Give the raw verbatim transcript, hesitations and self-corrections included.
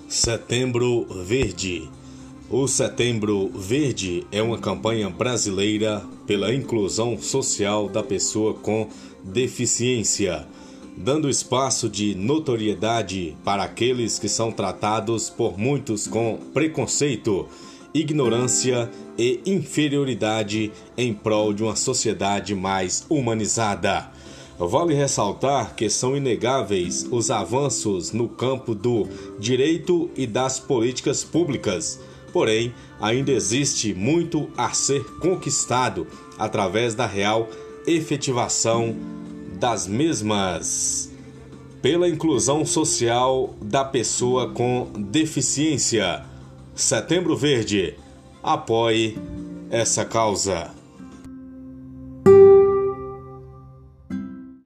Setembro Verde. O Setembro Verde é uma campanha brasileira pela inclusão social da pessoa com deficiência, dando espaço de notoriedade para aqueles que são tratados por muitos com preconceito, ignorância e inferioridade em prol de uma sociedade mais humanizada. Vale ressaltar que são inegáveis os avanços no campo do direito e das políticas públicas, porém, ainda existe muito a ser conquistado através da real efetivação das mesmas. Pela inclusão social da pessoa com deficiência. Setembro Verde. Apoie essa causa.